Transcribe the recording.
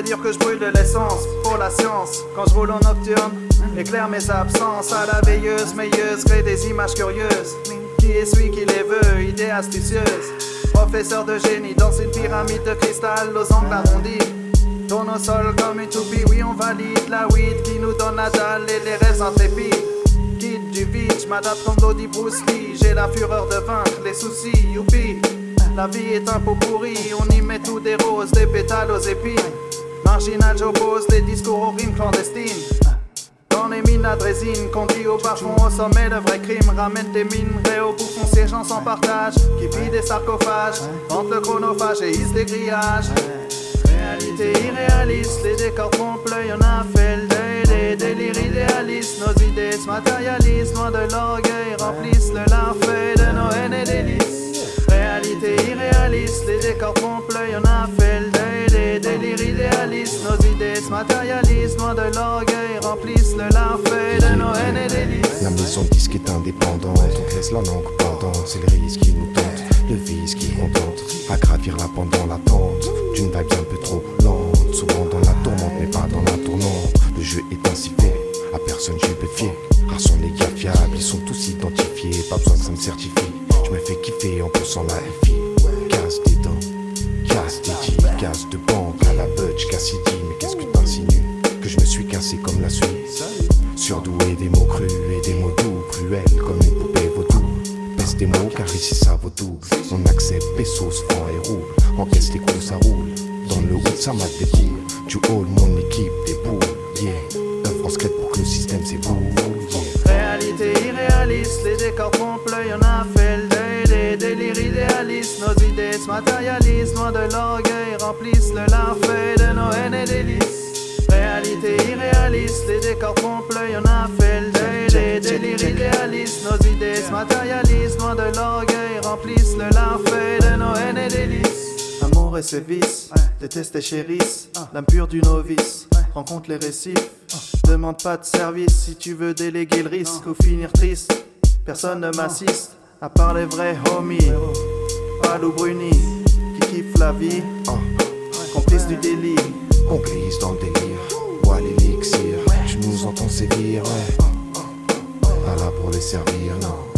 dire que je brûle de l'essence pour la science. Quand je roule en nocturne, éclaire mes absences. À la veilleuse, meilleuse, crée des images curieuses. Qui est celui qui les veut, idée astucieuse. Professeur de génie dans une pyramide de cristal aux angles arrondis. Tourne au sol comme une toupie, oui on valide la weed qui nous donne la dalle et les rêves intrépides. Guide du vide, j'm'adapte comme Dodi Bruce Lee. J'ai la fureur de vaincre les soucis, youpi. La vie est un pot pourri, on y met tout des roses, des pétales aux épines. Marginal, j'oppose les discours aux rimes clandestines. Dans les mines à drésine, conduit au bas-fond, au sommet, le vrai crime. Ramène des minerais au bout foncier, gens sans partage. Qui pillent des sarcophages, vente le chronophage et hisse des grillages. Réalité irréaliste, les décors trompe-l'œil, on a fait le deuil des délires idéalistes. Nos idées se matérialisent, loin de l'orgueil, remplissent le larfeuille de nos haines et délices. Réalité irréaliste, les décors trompe-l'œil, on a fait le deuil des délires idéalistes. Nos idées se matérialisent, loin de l'orgueil, remplissent le larfeuille de nos haines et délices. La maison de disque est indépendante, on te laisse la langue pendante. C'est le risque qui nous tente, le vice qui contente. À gravir là pendant l'attente d'une vague un peu trop lente. Souvent dans la tourmente mais pas dans la tournante. Le jeu est ainsi fait, à personne je peux fier. Rares sont les gars fiables, ils sont tous identifiés. Pas besoin que ça me certifie, je me fais kiffer en poussant la FI. Casse des dents, casse des jeans, casse de banque à la Butch, Cassidy. Mais qu'est-ce que t'insinues? Que je me suis cassé comme la suite. Surdoué des mots crus et des mots doux, cruels comme une poupée vaudou. Pèse des mots car ici ça vaut tout. On accepte pesos, francs et roubles. Encaisse les coups, ça roule. Dans le hood ça mate des boules. Tu hall mon équipe des boules, yeah. Œuvre en secret pour que le système s'éboule, yeah. Réalité irréaliste, les décors trompe-l'œil, on a fait le deuil des délires idéalistes. Nos idées se matérialisent, loin de l'orgueil, remplissent le larfeuille de nos haines et délices. Réalité irréaliste, les décors trompe-l'œil, on a fait le deuil des délires idéalistes. Nos idées se matérialisent, loin de l'orgueil, remplissent le larfeuille de nos haines et délices. Amour et ses vices, déteste et chérisse l'âme pure du novice, rencontre les récifs. Demande pas de service si tu veux déléguer le risque ou finir triste. Personne ne m'assiste, à part les vrais homies. Palou Bruni, qui kiffe la vie, complice du délit. On glisse dans le délire, bois l'élixir. Tu nous entends sévir, ouais. Pas là pour les servir, non.